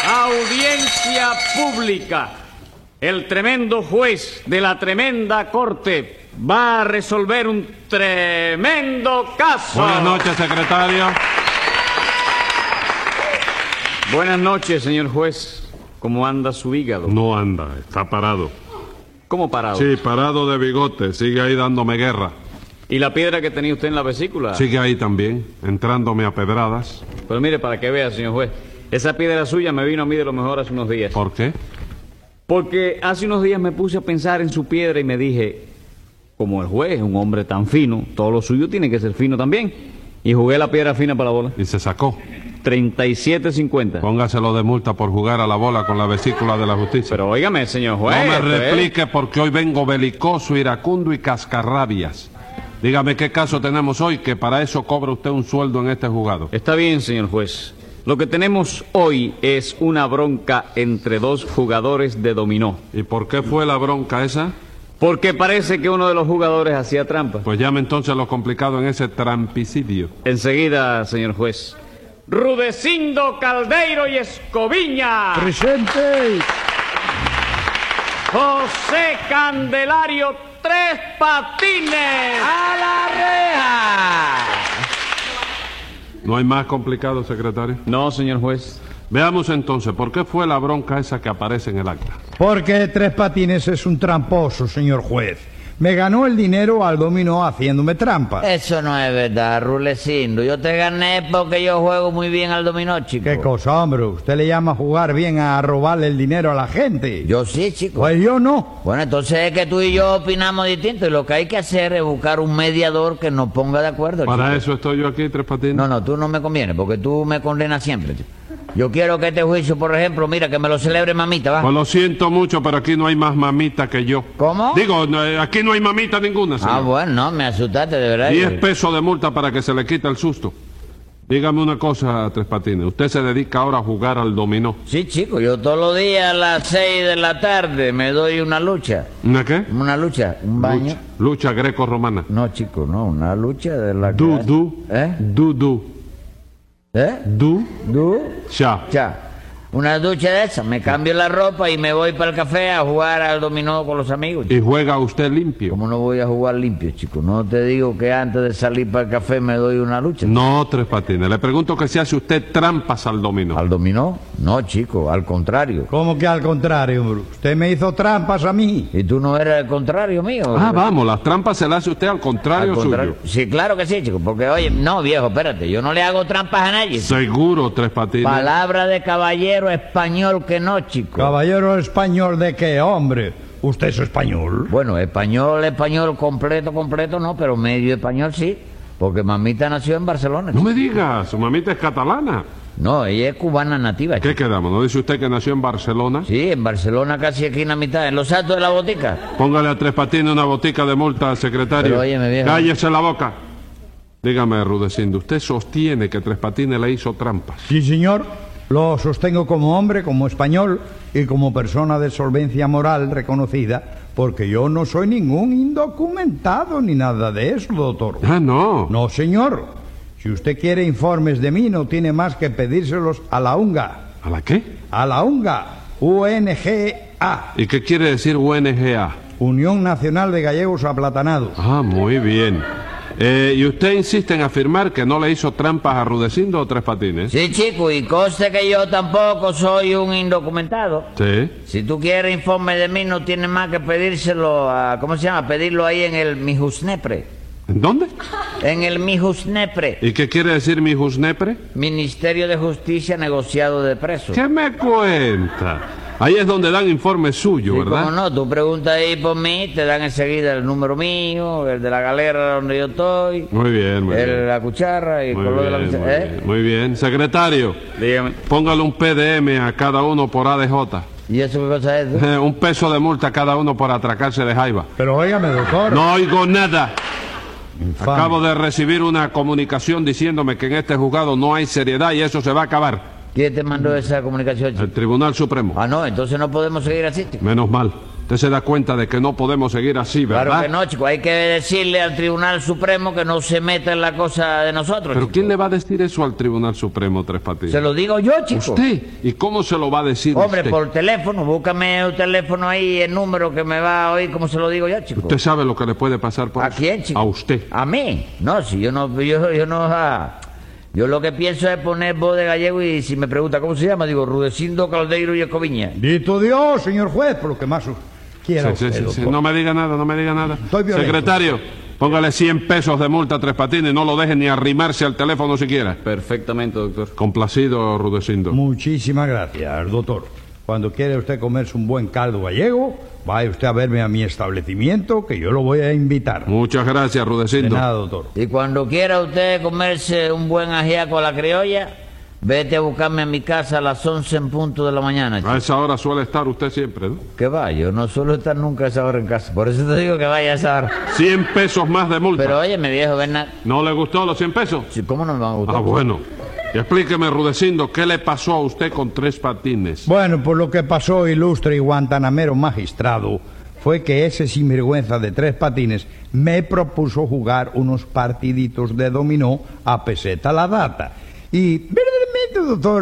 Audiencia pública. El tremendo juez de la tremenda corte va a resolver un tremendo caso. Buenas noches, secretario. Buenas noches, señor juez. ¿Cómo anda su hígado? No anda, está parado. ¿Cómo parado? Sí, parado de bigote, sigue ahí dándome guerra. ¿Y la piedra que tenía usted en la vesícula? Sigue ahí también, entrándome a pedradas. Pero mire, para que vea, señor juez, esa piedra suya me vino a mí de lo mejor hace unos días. ¿Por qué? Porque hace unos días me puse a pensar en su piedra y me dije, como el juez es un hombre tan fino, todo lo suyo tiene que ser fino también. Y jugué la piedra fina para la bola. Y se sacó. 37.50. Póngaselo de multa por jugar a la bola con la vesícula de la justicia. Pero óigame, señor juez. No me replique porque hoy vengo belicoso, iracundo y cascarrabias. Dígame qué caso tenemos hoy, que para eso cobra usted un sueldo en este juzgado. Está bien, señor juez. Lo que tenemos hoy es una bronca entre dos jugadores de dominó. ¿Y por qué fue la bronca esa? Porque parece que uno de los jugadores hacía trampa. Pues llame entonces lo complicado en ese trampicidio. Enseguida, señor juez. Rudecindo Caldeiro y Escoviña. ¡Presente! José Candelario Tres Patines. ¡A la reja! ¿No hay más complicado, secretario? No, señor juez. Veamos entonces, ¿por qué fue la bronca esa que aparece en el acta? Porque Tres Patines es un tramposo, señor juez. Me ganó el dinero al dominó haciéndome trampa. Eso no es verdad, Rulecindo. Yo te gané porque yo juego muy bien al dominó, chico. ¿Qué cosa, hombre? ¿Usted le llama jugar bien a robarle el dinero a la gente? Yo sí, chico. Pues yo no. Bueno, entonces es que tú y yo opinamos distinto y lo que hay que hacer es buscar un mediador que nos ponga de acuerdo, Para chico. eso estoy yo aquí, Tres Patines. No, tú no me conviene porque tú me condenas siempre, chico. Yo quiero que este juicio, por ejemplo, mira, que me lo celebre mamita, ¿va? Pues lo siento mucho, pero aquí no hay más mamita que yo. ¿Cómo? Digo, aquí no hay mamita ninguna, señor. Ah, bueno, no, me asustaste, de verdad. 10 pesos de multa para que se le quite el susto. Dígame una cosa, Tres Patines. Usted se dedica ahora a jugar al dominó. Sí, chico, yo todos los días a las 6 de la tarde me doy una lucha. ¿Una qué? Una lucha, un baño. Lucha greco-romana. No, chico, no, una lucha de la que Du. ¿Eh? Du. Ya. Una ducha de esa, me cambio la ropa y me voy para el café a jugar al dominó con los amigos. ¿Y juega usted limpio? ¿Cómo no voy a jugar limpio, chico? No te digo que antes de salir para el café me doy una lucha. No, Tres Patines. Le pregunto que si hace usted trampas al dominó. ¿Al dominó? No, chico, al contrario. ¿Cómo que al contrario, hombre? Usted me hizo trampas a mí. ¿Y tú no eres el contrario mío? Ah, vamos, las trampas se las hace usted al contrario, suyo. Sí, claro que sí, chico, porque oye, no, viejo, espérate, yo no le hago trampas a nadie. Seguro, Tres Patines. Palabra de caballero español que no, chico. ¿Caballero español de qué, hombre? ¿Usted es español? Bueno, español completo no, pero medio español sí, porque mamita nació en Barcelona. No me diga, su mamita es catalana. No, ella es cubana nativa. ¿Qué chico. quedamos? ¿No dice usted que nació en Barcelona? Sí, en Barcelona casi aquí en la mitad, en los altos de la botica. Póngale a Tres Patines una botica de multa, secretario. Pero óyeme, viejo. Cállese la boca. Dígame, Rudecindo, ¿usted sostiene que Tres Patines le hizo trampas? Sí, señor. Lo sostengo como hombre, como español y como persona de solvencia moral reconocida, porque yo no soy ningún indocumentado ni nada de eso, doctor. Ah, no. No, señor. Si usted quiere informes de mí, no tiene más que pedírselos a la UNGA. ¿A la qué? A la UNGA. UNGA. ¿Y qué quiere decir UNGA? Unión Nacional de Gallegos Aplatanados. Ah, muy bien. ¿Y usted insiste en afirmar que no le hizo trampas a Rudecindo o Tres Patines? Sí, chico, y conste que yo tampoco soy un indocumentado. Sí. Si tú quieres informe de mí, no tienes más que pedírselo a... ¿Cómo se llama? Pedirlo ahí en el Mijusnepre. ¿En dónde? En el Mijusnepre. ¿Y qué quiere decir mi Jusnepre? Ministerio de Justicia Negociado de Presos. ¿Qué me cuenta? Ahí es donde dan informe suyo, Sí, ¿verdad? cómo no, tú preguntas ahí por mí, te dan enseguida el número mío, el de la galera donde yo estoy, Muy bien, muy bien. la cuchara y el Muy color de la bien, misa. muy bien, muy bien. Secretario, Dígame. póngale un PDM a cada uno por ADJ. ¿Y eso qué cosa es? Un peso de multa a cada uno por atracarse de jaiba. Pero óigame, doctor. No oigo nada. Infame. Acabo de recibir una comunicación diciéndome que en este juzgado no hay seriedad y eso se va a acabar. ¿Quién te mandó esa comunicación, chico? El Tribunal Supremo. Ah, no, entonces no podemos seguir así, chico. Menos mal. Usted se da cuenta de que no podemos seguir así, ¿verdad? Claro que no, chico. Hay que decirle al Tribunal Supremo que no se meta en la cosa de nosotros, ¿Pero chico. quién le va a decir eso al Tribunal Supremo, Tres Patines? Se lo digo yo, chico. ¿Usted? ¿Y cómo se lo va a decir Hombre, usted? por teléfono. Búscame el teléfono ahí, el número que me va a oír como se lo digo yo, chico. ¿Usted sabe lo que le puede pasar por ¿A eso? quién, chico? A usted. ¿A mí? No, si yo no... Yo lo que pienso es poner voz de gallego y si me pregunta cómo se llama, digo Rudecindo Caldeiro y Escoviña. Dito Dios, señor juez, por lo que más quiera Sí, usted, sí, sí. doctor. No me diga nada, no me diga nada. Estoy violento. Secretario, póngale 100 pesos de multa a Tres Patines y no lo deje ni arrimarse al teléfono siquiera. Perfectamente, doctor. Complacido, Rudecindo. Muchísimas gracias, doctor. Cuando quiere usted comerse un buen caldo gallego, vaya usted a verme a mi establecimiento, que yo lo voy a invitar. Muchas gracias, De Rudecindo. nada, doctor. Y cuando quiera usted comerse un buen ajiaco a la criolla, vete a buscarme a mi casa a las 11 en punto de la mañana, chico. A esa hora suele estar usted siempre, ¿no? Que va, yo no suelo estar nunca a esa hora en casa. Por eso te digo que vaya a esa hora. 100 pesos más de multa. Pero oye, mi viejo Bernard, ¿No le gustó los 100 pesos? ¿cómo no me van a gustar? Ah, bueno. Y explíqueme, Rudecindo, ¿qué le pasó a usted con Tres Patines? Bueno, pues lo que pasó, ilustre y guantanamero magistrado, fue que ese sinvergüenza de Tres Patines me propuso jugar unos partiditos de dominó a peseta la data. Y verdaderamente, doctor,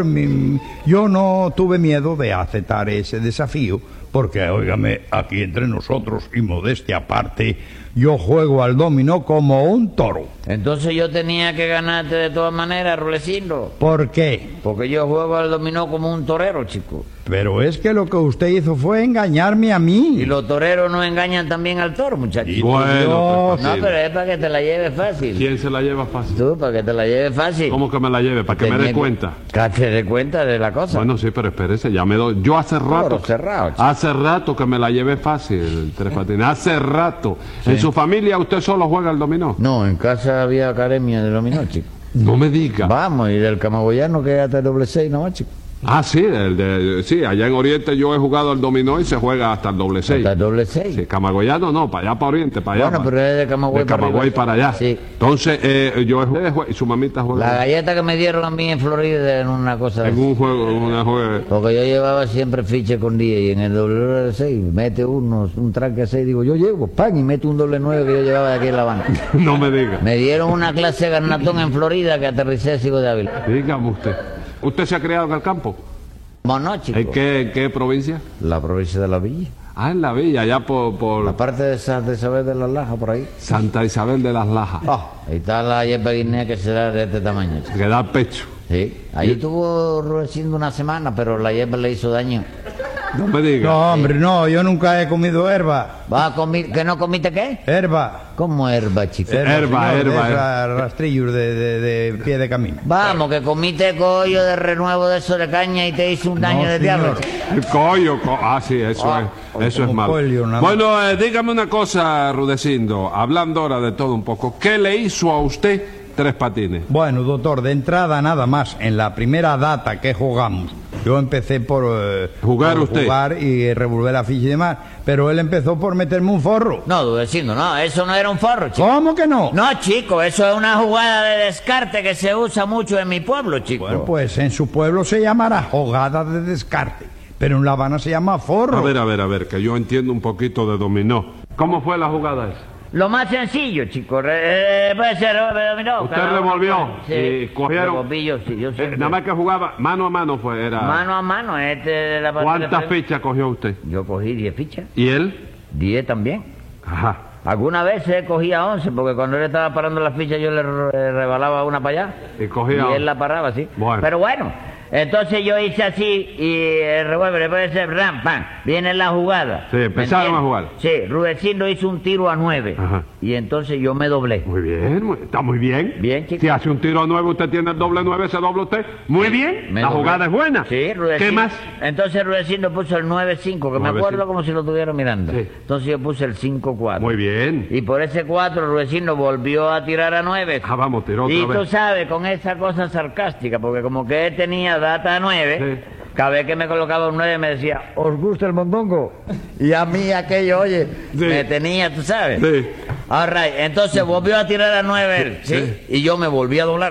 yo no tuve miedo de aceptar ese desafío, porque, óigame, aquí entre nosotros y modestia aparte, yo juego al dominó como un toro. Entonces yo tenía que ganarte de todas maneras, Rulecindo. ¿Por qué? Porque yo juego al dominó como un torero, chico. Pero es que lo que usted hizo fue engañarme a mí. Y los toreros no engañan también al toro, muchacho. Y- Bueno, Tres No, Patines. pero es para que te la lleves fácil. ¿Quién se la lleva fácil? Tú, para que te la lleves fácil. ¿Cómo que me la lleve? ¿Para que me dé Tenía cuenta? Que te dé cuenta de la cosa. Bueno, sí, pero espérese, ya me doy. Yo hace rato. Toro cerrado, chico. Hace rato que me la llevé fácil, Tres Patines. Hace rato. ¿En su familia usted solo juega al dominó? No, en casa había academia de dominó, chico. No me diga. Vamos, y del camagoyano que hasta el doble 6 nomás, chico. Ah, sí, sí, allá en Oriente yo he jugado al dominó y se juega hasta el doble 6. Hasta el doble 6. Sí, Camagoyano no, para allá para Oriente, para allá. Bueno, pero es de Camagüey de para Camagüey arriba. para allá. Sí. Entonces, yo he jugado, y su mamita La juega galleta que me dieron a mí en Florida en una cosa de en un juego, en una juega. porque yo llevaba siempre ficha con 10 y en el doble 6 mete un tranque a 6, digo, yo llevo, pan, y mete un doble 9 que yo llevaba de aquí en La Habana. No me diga. Me dieron una clase de garnatón en Florida que aterricé sigo de Ávila. Dígame usted. ¿Usted se ha criado en el campo? No, chico. ¿En qué provincia? La provincia de La Villa. Ah, en la villa, allá por La parte de Isabel de las Lajas, por ahí. Santa Isabel de las Lajas. Ahí está la hierba guinea que será de este tamaño, chico. Que da pecho. Sí. Ahí estuvo recién una semana, pero la hierba le hizo daño. No me diga. No, hombre, no, yo nunca he comido herba. ¿Vas a comer? ¿Que no comiste qué? Herba. ¿Cómo herba, chico? Herba, señor, herba, de esas rastrillos de pie de camino. Vamos, que comiste collo de renuevo de eso de caña y te hizo un daño No, de señor. diablo. El collo, ah, sí, eso es como malo. polio, nada más. Bueno, dígame una cosa, Rudecindo, hablando ahora de todo un poco, ¿qué le hizo a usted Tres Patines? Bueno, doctor, de entrada nada más, en la primera data que jugamos, yo empecé por Jugar por usted. jugar y revolver la ficha y demás, pero él empezó por meterme un forro. No, Dudecindo, no, eso no era un forro, chico. ¿Cómo que no? No, chico, eso es una jugada de descarte que se usa mucho en mi pueblo, chico. Bueno, pues en su pueblo se llamará jugada de descarte, pero en La Habana se llama forro. A ver, que yo entiendo un poquito de dominó. ¿Cómo fue la jugada esa? Lo más sencillo, chico, puede ser, dominó. Usted cada uno revolvió puede- y cogieron. revolví yo, sí, yo siempre. Nada más que jugaba mano a mano fue, era. Mano a mano, de la parte ¿Cuántas de frente. fichas cogió usted? Yo cogí 10 fichas, ¿Y él? 10 también. Ajá. Algunas veces cogía 11, porque cuando él estaba parando las fichas yo le rebalaba una para allá. Y cogía Y él 11. la paraba, sí. Bueno. Pero bueno, entonces yo hice así y el revólver puede ser ram, pam. Viene la jugada. Sí, ¿Me empezaron entiendes? a jugar. Sí, Rudecindo hizo un tiro a 9. Ajá. Y entonces yo me doblé. Muy bien, está muy bien. Bien, chico. Si hace un tiro a 9, usted tiene el doble 9, se dobla usted. Muy bien, Me la doblé. jugada es buena. Sí, Rudecindo. ¿Qué más? Entonces Rudecindo puso el 9-5, que me 9-5. acuerdo como si lo estuviera mirando. Sí. Entonces yo puse el 5-4. Muy bien. Y por ese 4 Rudecindo volvió a tirar a 9. Ah, vamos, tiró otra Y tú vez. sabes, con esa cosa sarcástica, porque como que él tenía data 9, Sí. cada vez que me colocaba un 9 me decía, ¿os gusta el mondongo? Y a mí aquello, oye, Sí. me tenía, tú sabes. Sí. All right. Entonces volvió a tirar a 9 él, ¿sí? Sí. Y yo me volví a doblar.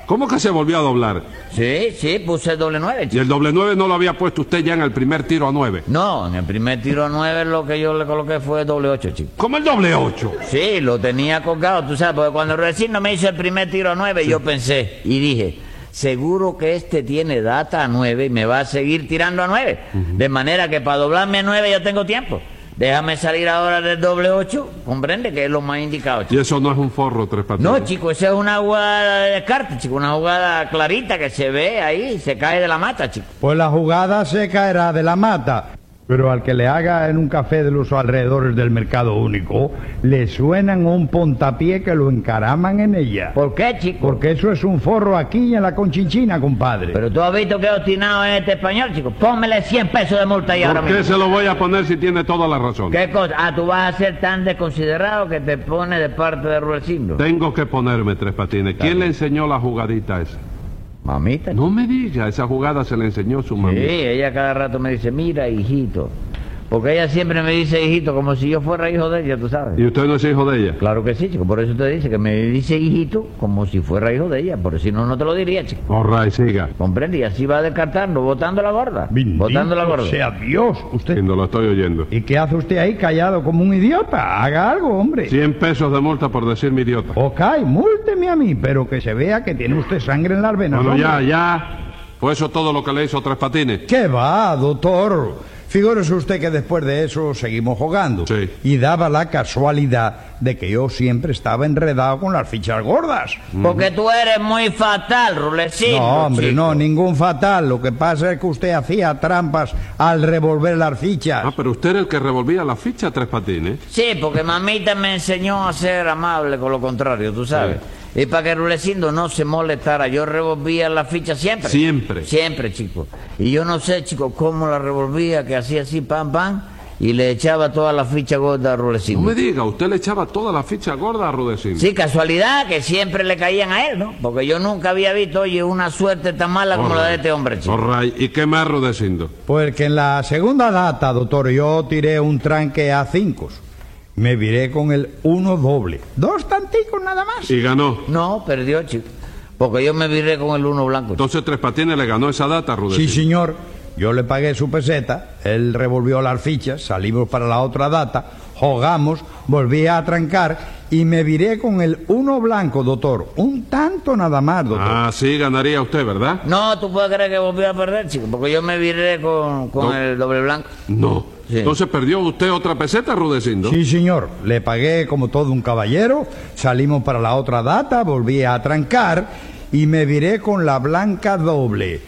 ¿Cómo que se volvió a doblar? Sí, puse el doble 9, ¿Y chico. el doble 9 no lo había puesto usted ya en el primer tiro a 9? No, en el primer tiro a 9 lo que yo le coloqué fue el doble 8, chico. ¿Cómo el doble 8? Sí, lo tenía colgado, tú sabes, porque cuando Rudecindo me hizo el primer tiro a 9, yo pensé y dije, seguro que este tiene data a 9 y me va a seguir tirando a 9. De manera que para doblarme a 9 yo tengo tiempo. Déjame salir ahora del doble 8, comprende que es lo más indicado, chico. Y eso no es un forro, Tres Patines. No, chico, esa es una jugada de descarte, chico, una jugada clarita que se ve ahí, se cae de la mata, chico. Pues la jugada se caerá de la mata. Pero al que le haga en un café de los alrededores del Mercado Único, le suenan un puntapié que lo encaraman en ella. ¿Por qué, chico? Porque eso es un forro aquí en la Conchinchina, compadre. Pero tú has visto que obstinado es este español, chico. Pónmele 100 pesos de multa ahí ahora ¿Por qué mismo. se lo voy a poner si tiene toda la razón? ¿Qué cosa? Ah, tú vas a ser tan desconsiderado que te pone de parte de Rudecindo. Tengo que ponerme, Tres Patines. ¿Quién le enseñó la jugadita esa? Mamita. No me diga, esa jugada se le enseñó su Sí, mamá. ella cada rato me dice, mira, hijito. Porque ella siempre me dice hijito como si yo fuera hijo de ella, tú sabes. ¿Y usted no es hijo de ella? Claro que sí, chico. Por eso te dice que me dice hijito como si fuera hijo de ella. Porque si no, no te lo diría, chico. All right, siga. ¿Comprende? Y así va descartando, botando la gorda. Bendito Botando la gorda. sea Dios, usted. Y no lo estoy oyendo. ¿Y qué hace usted ahí callado como un idiota? Haga algo, hombre. 100 pesos de multa por decirme idiota. Ok, múlteme a mí, pero que se vea que tiene usted sangre en las venas. Bueno, hombre. ya. ¿Fue eso todo lo que le hizo Tres Patines? ¿Qué va, doctor? Figúrese usted que después de eso seguimos jugando. Sí. Y daba la casualidad de que yo siempre estaba enredado con las fichas gordas. Porque tú eres muy fatal, Rudecindo. No, hombre, chico. no, ningún fatal. Lo que pasa es que usted hacía trampas al revolver las fichas. Ah, pero usted era el que revolvía la ficha, Tres Patines. Sí, porque mamita me enseñó a ser amable con lo contrario, tú sabes. Y para que Rudecindo no se molestara, yo revolvía la ficha siempre. Siempre. Siempre, chico. Y yo no sé, chico, cómo la revolvía, que hacía así, pam, pam, y le echaba toda la ficha gorda a No Rudecindo. me diga, usted le echaba toda la ficha gorda a Rudecindo. Sí, casualidad que siempre le caían a él, ¿no? Porque yo nunca había visto, oye, una suerte tan mala como la de este hombre, chico. All right. ¿Y qué más Rudecindo? Pues que en la segunda data, doctor, yo tiré un tranque a 5. Me viré con el 1 doble. 2 tanticos nada más. Y ganó. No, perdió, chico. Porque yo me viré con el 1 blanco, chico. Entonces Tres Patines le ganó esa data a Sí, Rudecindo. señor. Yo le pagué su peseta, él revolvió las fichas, salimos para la otra data, jugamos, volví a trancar y me viré con el 1 blanco, doctor. Un tanto nada más, doctor. Ah, sí, ganaría usted, ¿verdad? No, tú puedes creer que volvió a perder, chico, porque yo me viré con No. el doble blanco. No. Sí. Entonces perdió usted otra peseta, Rudecindo. Sí, señor. Le pagué como todo un caballero, salimos para la otra data, volví a trancar y me viré con la blanca doble.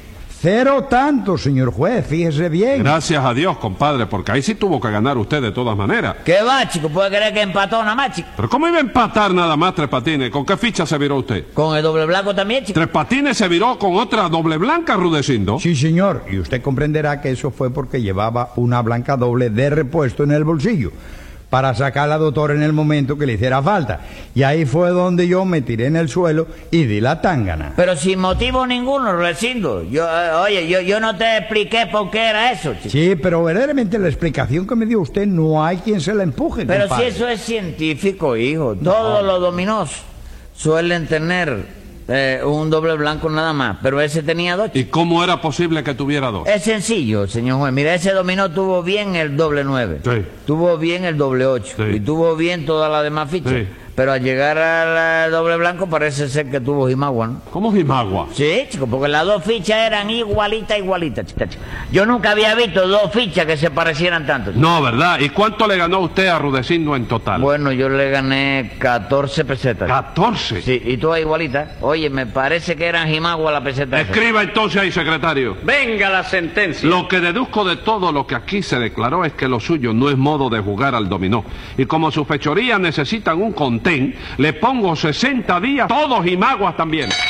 0 tanto, señor juez, fíjese bien. Gracias a Dios, compadre, porque ahí sí tuvo que ganar usted de todas maneras. ¿Qué va, chico? ¿Puede creer que empató nada más, chico? Pero ¿cómo iba a empatar nada más Tres Patines? ¿Con qué ficha se viró usted? Con el doble blanco también, chico. Tres Patines se viró con otra doble blanca, Rudecindo. Sí, señor, y usted comprenderá que eso fue porque llevaba una blanca doble de repuesto en el bolsillo para sacarla, doctor, en el momento que le hiciera falta. Y ahí fue donde yo me tiré en el suelo y di la tángana. Pero sin motivo ninguno, Rudecindo. Yo no te expliqué por qué era eso, chico. Sí, pero verdaderamente la explicación que me dio usted no hay quien se la empuje, Pero compadre. si eso es científico, hijo. Todos los dominós suelen tener un doble blanco nada más, pero ese tenía 2. ¿Y cómo era posible que tuviera 2? Es sencillo, señor juez. Mira, ese dominó tuvo bien el doble 9. Sí. Tuvo bien el doble 8. Sí. Y tuvo bien todas las demás fichas. Sí. Pero al llegar al doble blanco parece ser que tuvo Jimagua, ¿no? ¿Cómo Jimagua? Sí, chico, porque las 2 fichas eran igualitas, chica. Yo nunca había visto 2 fichas que se parecieran tanto. chico. No, ¿verdad? ¿Y cuánto le ganó usted a Rudecindo en total? Bueno, yo le gané 14 pesetas. 14. Sí, y todas igualitas. Oye, me parece que eran Jimagua la peseta. esa. Escriba entonces ahí, secretario. Venga la sentencia. Lo que deduzco de todo lo que aquí se declaró es que lo suyo no es modo de jugar al dominó. Y como sus fechorías necesitan un contén, le pongo 60 días, todos Jimaguas también.